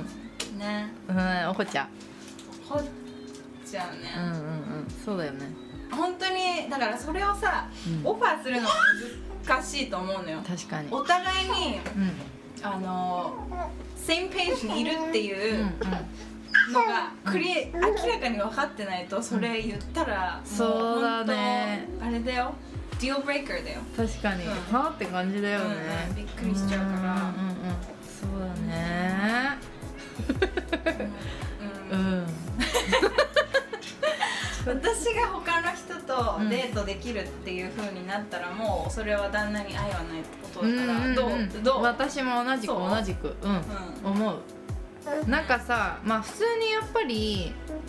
S1: うん、ね
S2: うん怒っちゃ
S1: う怒っちゃうね
S2: うんうんうんそうだよね
S1: 本当にだからそれをさ、うん、オファーするのは難しいと思うのよ。
S2: 確かに
S1: お互いに、うん、あのセイムページにいるっていうのがクリ、うん、明らかに分かってないとそれ言ったら、
S2: うん、そうだね
S1: あれだよディールブレイカーだよ。
S2: 確かに、うん、はぁって感じだよね、
S1: うん、びっくりしちゃうから、うんうんうん、
S2: そうだねうん、うんうん
S1: 私が他の人とデートできるっていう風になったらもうそれは旦那に愛はないってことだから、うんうんうん、どうどう
S2: 私も同じく同じく、うんうん、思う。なんかさまあ普通にやっぱり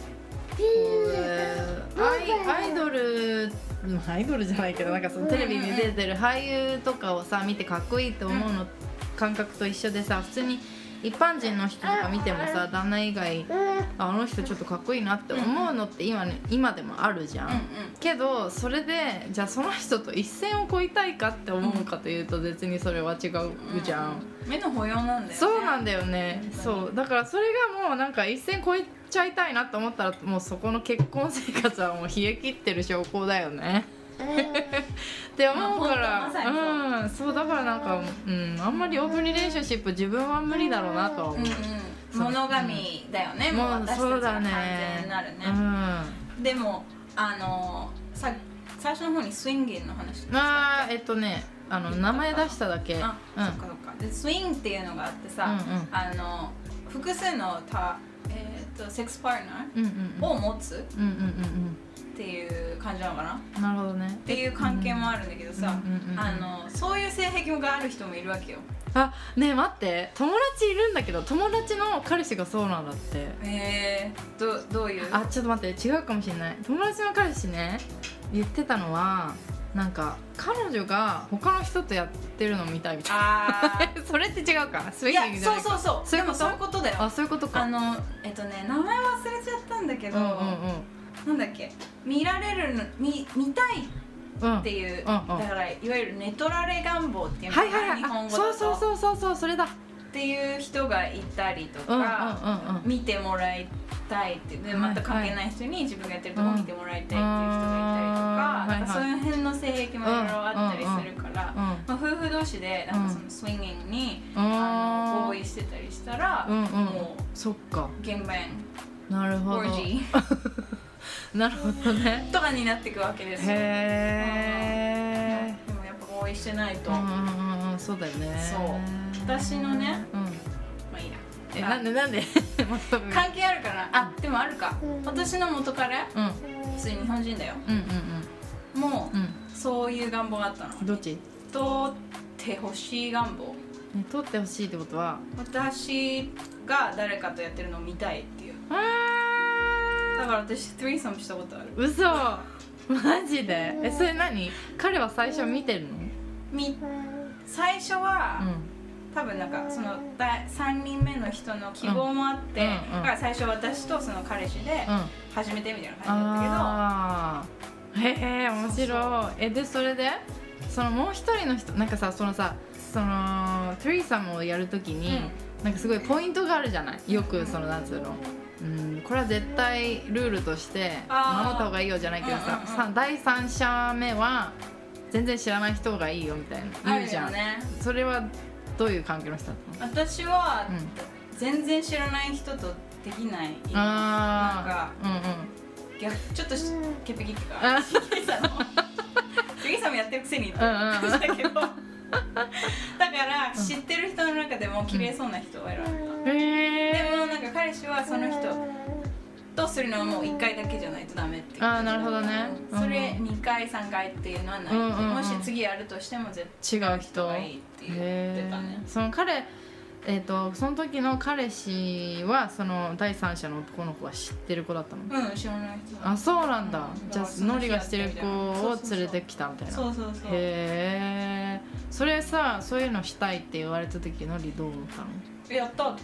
S2: アイ、アイドルアイドルじゃないけどなんかそのテレビに出てる俳優とかをさ見てかっこいいって思うの感覚と一緒でさ普通に一般人の人とか見てもさ旦那以外あの人ちょっとかっこいいなって思うのって今、ね、今でもあるじゃん、うんうん、けどそれでじゃあその人と一線を越えたいかって思うかというと別にそれは違うじゃん、
S1: うん、目の保養なんだよね。
S2: そうなんだよね、うん、そうだからそれがもうなんか一線越えちゃいたいなと思ったらもうそこの結婚生活はもう冷え切ってる証拠だよねって思うから、まあ、うん、そうだからなんか、うん、あんまりオープンリレーションシップ自分は無理だろうなとは思う、うん
S1: うん、物神だよね、うん、もう私たちは完全になるね、うん、でもあのさ最初の方にスインギンの話して
S2: あえっとねあの名前出しただけ
S1: あ、うん、そっかそっかでスイングっていうのがあってさ、うんうん、あの複数のた、えー、とセックスパートナーを持つ、うんうんうんうんっていう感じなのかな。
S2: なるほどね。
S1: っていう関係もあるんだけどさ、うんうんうん、あのそういう性癖がある人もいるわけよ。
S2: あ、ねえ待って、友達いるんだけど友達の彼氏がそうなんだって。へ
S1: えー、どどういう？
S2: あ、ちょっと待って違うかもしれない。友達の彼氏ね言ってたのはなんか彼女が他の人とやってるの見たいみたいな。あそれって違うか？スイングじゃないか。
S1: そうそうそう。そういうこと？そういうことだよ。
S2: あ、そういうことか。
S1: あのえっとね名前忘れちゃったんだけど。うんうんうんなんだっけ見られるの 見, 見たいっていう、うんうんうん、だからいわゆるネトラレ願望っていうのが、はいはいはい、日本語だと
S2: そうそうそうそうそれだ
S1: っていう人がいたりとか、うんうんうんうん、見てもらいたいってでまた関係ない人に自分がやってるとこ見てもらいたいっていう人がいたりとか、うん、なんかそういう辺の性癖もいろいろあったりするから、うんうんまあ、夫婦同士でなんかそのスインギングにが、うんうん、もう
S2: そっか
S1: 現場
S2: なるほどなるほどね
S1: とかになっていくわけですよ。へえ。でもやっぱ合意してないと。うん
S2: うんうん、そうだよね。
S1: そう。私のね、うん、まあいいや。
S2: え、なんでなんで
S1: 関係あるかな。あ、でもあるか。私の元彼、うん、普通に日本人だよ。うんうんうん。もう、うん、そういう願望があったの。
S2: どっち？
S1: 通ってほしい願望。
S2: ね、通ってほしいってことは、
S1: 私が誰かとやってるのを見たいっていう。だから私スリーサムしたことある。
S2: 嘘マジで？え、それ何？彼は最初見てるの？
S1: み最初は、うん、多分なんかそのさんにんめの人の希望もあって、うんうんうん、だから最初私とその彼氏で始めてみたいな感じだったけど、
S2: うん、へえ面白い。えでそれでそのもう一人の人なんかさそのさそのスリーサムをやるときに、うん、なんかすごいポイントがあるじゃない。よくそのなんつうの。うん、これは絶対ルールとして守った方がいいよじゃないけどさ、うんうんうん、だいさん者目は全然知らない人がいいよみたいな言うじゃん、ね、それはどういう関係の人だった
S1: の？私は、うん、全然知らない人とできない。あなんか、うんうん、逆ちょっと潔癖っていうかシゲさんのシゲさんもやってるくせにって言ってたけどだから知ってる人の中でも綺麗そうな人を選んだ、うん、でもなんか彼氏はその人とするのはもういっかいだけじゃないとダメっていう。
S2: ああなるほどね。
S1: それにかいさんかいっていうのはない、うんうんうん、もし次やるとしても絶対違う人がいいって言ってたね。
S2: その彼えーと、その時の彼氏はその第三者の男の子は知ってる子だったの？
S1: うん知らない人。
S2: あそうなんだ、うん、じゃあノリがしてる子を連れてきたみたいな。
S1: そうそうそう。
S2: へえ。それさそういうのしたいって言われた時ノリどう思ったの？
S1: えやったって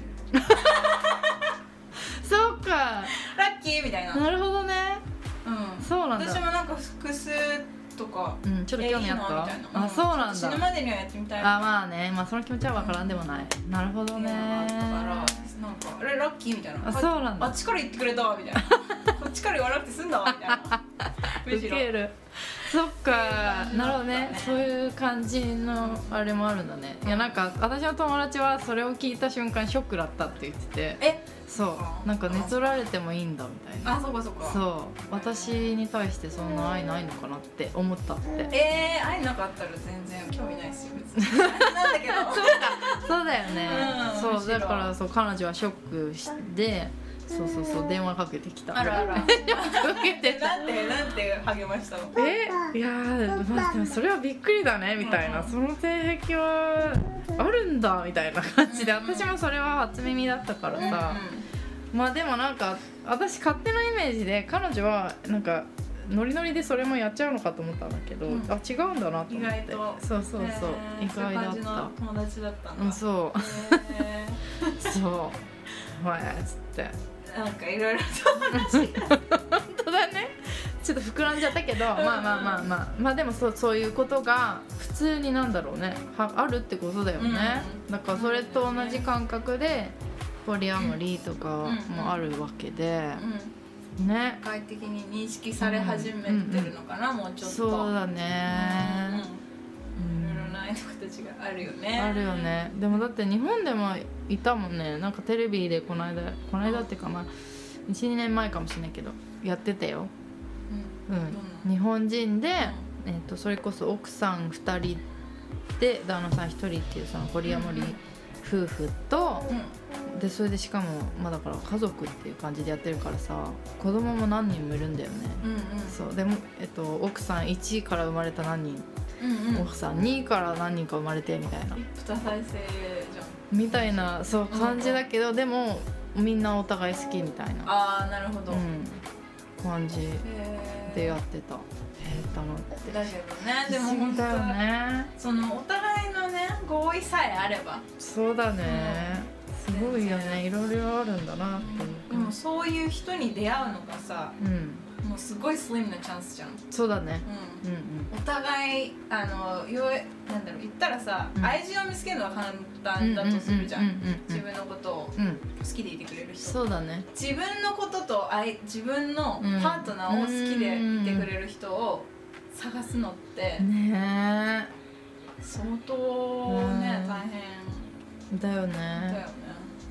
S2: そうか
S1: ラッキーみたいな。
S2: なるほどね。
S1: うん
S2: そうなんだ。
S1: 私もなんか複数とか、
S2: うん、ちょっと興味あった。
S1: いいなあ、
S2: そうなんだ。
S1: 死ぬまでにはやってみたい。
S2: あ、まあね、まあその気持ちは分からんでもない。うん、なるほどね。だからなんか
S1: あれラッキーみたいな。
S2: あ、そうなんだ。
S1: あっちから言ってくれたみたいな。こっちから言わなくて済んだわみたいな。
S2: ウケる。そっか、なるほどね。そういう感じのあれもあるんだね。いやなんか私の友達はそれを聞いた瞬間ショックだったって言ってて。
S1: え？
S2: そうなんか寝取られてもいいんだみたいな。
S1: あ、そうかそうか。
S2: そう私に対してそんな愛ないのかなって思ったって。
S1: えー、愛なかったら全然興味ないですよ別に。なんだけど。
S2: そうだよね。うん、そうだからそう彼女はショックしてそうそうそう電話かけてきた。
S1: あらあら。か
S2: けてた。
S1: なんてなんて励ましたの？
S2: えいやー、まあ、でもそれはびっくりだねみたいな、うん、その性癖はあるんだみたいな感じで、うんうん、私もそれは初耳だったからさ、うんうん、まあでもなんか私勝手なイメージで彼女はなんかノリノリでそれもやっちゃうのかと思ったんだけど、うん、あ違うんだなと思って。意
S1: 外と
S2: そうそうそう、
S1: えー、
S2: 意外だった。
S1: そういう感じの友達だったんだ。
S2: うんそう、えー、そうはいつって
S1: なんかいろいろと話が
S2: 本当だね。ちょっと膨らんじゃったけどまあまあまあまあまあでもそうそういうことが普通になんだろうねはあるってことだよね、うん、だからそれと同じ感覚でポリアモリーとかもあるわけで、うんうん、ね
S1: 社会的に認識され始めてるのかな、うんうんうん、もうちょっと
S2: そうだね、
S1: うんうん、いろいろな人たちがあるよね。
S2: あるよね。でもだって日本でもいたもんね。なんかテレビでこの間この間っていうかまあ いちにねんまえかもしれないけどやってたよ、うん、日本人で、うんえー、とそれこそ奥さんふたりで旦那さんひとりっていうそのポリアモリ夫婦と、うん、でそれでしかもまあだから家族っていう感じでやってるからさ子供も何人もいるんだよね、うんうん、そうでも、えっと、奥さんいちいから生まれた何人、うんうん、奥さんにいから何人か生まれてみたいな
S1: 一夫多妻制じゃ
S2: んみたいなそう感じだけど、うん、でもみんなお互い好きみたいな
S1: あーなるほど、うん、
S2: 感じでやってた。えー、だなって
S1: だけどねでも本当だよね。そのお互いのね合意さえあれば
S2: そうだね、うん、すごいよねいろいろあるんだなっていう、
S1: うん、でもそういう人に出会うのがさ、うんもうすごいスリムなチャンスじゃん。
S2: そうだね、
S1: うんうんうん、お互いあのよなんだろう言ったらさ、うん、愛人を見つけるのは簡単だとするじゃん自分のことを好きでいてくれる人、
S2: そうだね
S1: 自分のことと愛自分のパートナーを好きでいてくれる人を探すのって、うん、ね相当ね大変
S2: だよね。
S1: だよね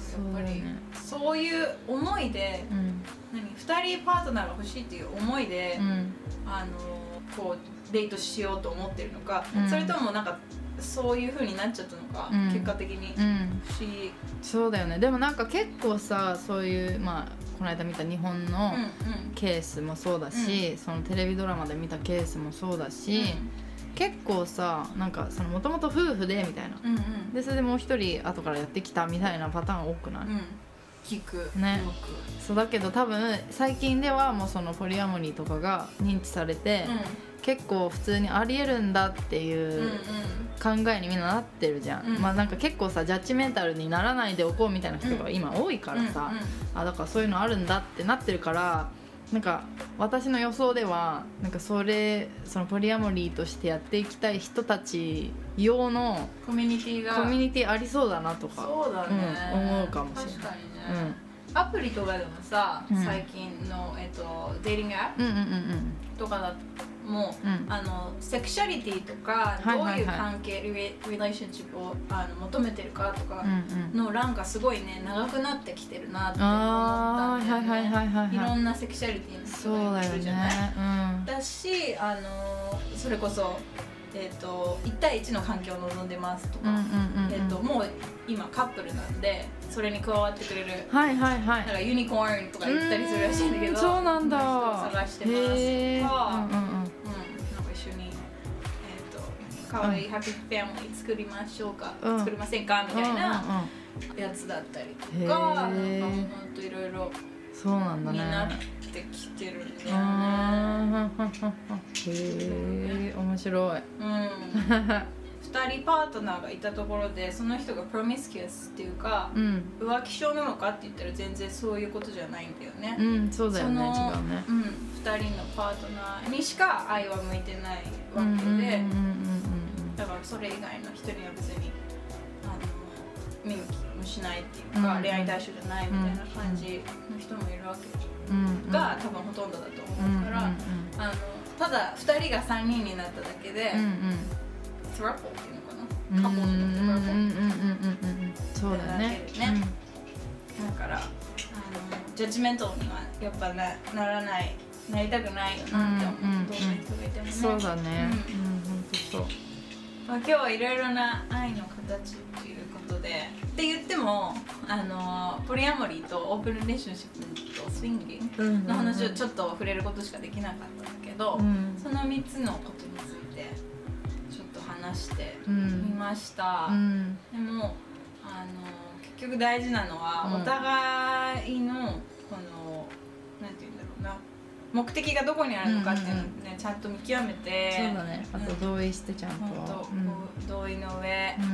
S1: やっぱりそういう思いで、うん、何ふたりパートナーが欲しいっていう思いで、うん、あのこうデートしようと思ってるのか、うん、それともなんかそういう風になっちゃったのか、うん、結果的に、うん、不思議。
S2: そうだよね。でもなんか結構さ、そういうまあこの間見た日本のケースもそうだし、うん、そのテレビドラマで見たケースもそうだし、うん、結構さ、なんかそのもともと夫婦でみたいな、うんうん、でそれでもう一人後からやってきたみたいなパターン多くない？うん、
S1: 聞く
S2: ね。そうだけど多分最近ではもうそのポリアモニーとかが認知されて、うん、結構普通にありえるんだっていう考えにみんななってるじゃん、うん、まあなんか結構さジャッジメンタルにならないでおこうみたいな人が今多いからさ、うんうん、あだからそういうのあるんだってなってるから、なんか私の予想ではなんかそれそのポリアモリーとしてやっていきたい人たち用の
S1: コミュニティが
S2: コミュニティありそうだなとか
S1: そうだね、
S2: うん、思うかもしれない。
S1: 確かにね、うん、アプリとかでもさ、うん、最近の、えっと、デーティングアップ、うんうんうんうん、とかだもう、うん、あのセクシャリティとか、はいはいはい、どういう関係リレーションシップをあの求めてるかとかの欄がすごいね長くなってきてるなって思ったんだよね。はいはいはいはい、いろんなセクシャリティの人がいるじゃない。そうだよね、うん、だしあのそれこそえー、といち対いちの関係を望んでますとか、えー、ともう今カップルなんでそれに加わってくれる、
S2: はいはいはい、
S1: なんかユニコーンとか言ったりするらしいんだけど、
S2: そうなんだ、
S1: 人を探してますとか、うんうんうん、なんか一緒に、えー、と可愛いハッピーファミリー作りましょうか、うん、作りませんかみたいなやつだったりとか、なんかほんといろいろ
S2: そうなんだね。
S1: になってきてるんだよね。
S2: へえ、面白い。うん。
S1: ふたりパートナーがいたところでその人がプロミスキュアスっていうか、うん、浮気症なのかって言ったら全然そういうことじゃないんだよね。
S2: うん、そうだよね。違うね。
S1: うん、ふたりのパートナーにしか愛は向いてないわけで、だからそれ以外の人には別にあの見向きもしないっていうか、うん、恋愛対象じゃないみたいな感じの人もいるわけが、うん、多分ほとんどだと思うから、うんうんうん、あのただふたりがさんにんになっただけで、うんうん、スラッポっていうのかな、カップルのスラッポ
S2: そうだね。
S1: だからあのジャッジメントにはやっぱ な, ならないなりたくないよなって思う、うんうんうん、どんな人がいてもね。
S2: そうだね、うんうん、ほんとそう。
S1: まあ、今日はいろいろな愛の形っていうことでって言ってもあのポリアモリーとオープンリレーションシップとスインギングの話をちょっと触れることしかできなかったんだけど、うん、そのみっつのことについてちょっと話してみました、うん、でもあの結局大事なのは、うん、お互いのこのなんて言うんだろうな目的がどこにあるのかっていうのをね、うんうん、ちゃんと見極めて、
S2: そうだね、あと同意してちゃんと、
S1: うん、同意の上、うん、あの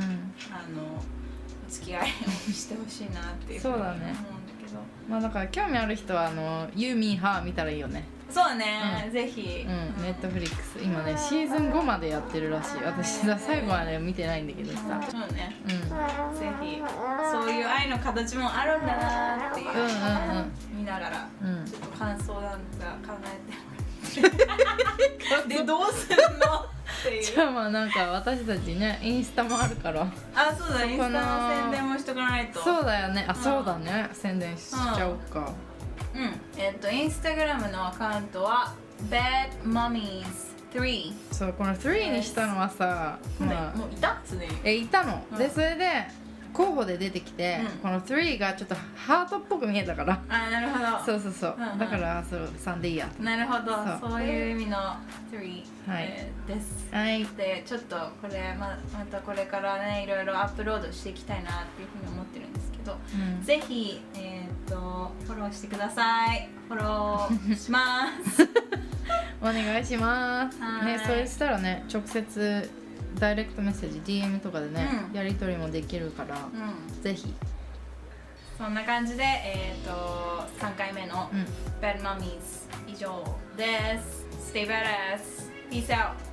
S1: お付き合いをしてほしいなっていうふうに思うんだけど、
S2: まあだから興味ある人はあのユーミンハー見たらいいよね。
S1: そうだね、うん、ぜひ、
S2: うん、ネットフリックス今ねシーズンごまでやってるらしい。私さ最後まで見てないんだけどさ、
S1: そうね、うん、ぜひそういう愛の形もあるんだなっていう、うんうんうん、見ながら、うん、ちょっと感想なんか考えてでどうするのっていう。
S2: じゃあまあなんか私たちねインスタもあるから、
S1: あ、そうだ、インスタの宣伝もしとかないと。
S2: そうだよね、あ、うん、そうだね、宣伝しちゃおうか。
S1: うん、えっとインスタグラムのアカウントは Bad Mummies スリー。
S2: そう、このスリーにしたのはさ、
S1: まあ、もういたすでに。
S2: え、いたの、うん、でそれで候補で出てきて、うん、このスリーがちょっとハートっぽく見えたから、
S1: あ、なるほど、
S2: そうそうそう、うんうん、だからそうさんでいいや。
S1: なるほど、そう、そういう意味のスリー、はい、えー、です、はい、でちょっとこれ ま, またこれからねいろいろアップロードしていきたいなっていうふうに思ってるんですけど、うん、ぜひ、えー、とフォローしてください。フォローします
S2: お願いします、ね、それしたらね直接ダイレクトメッセージ ディーエム とかでね、うん、やり取りもできるから、うん、ぜひ
S1: そんな感じで、えー、とさんかいめの Bad Mummies 以上です。 Stay badass. Peace out.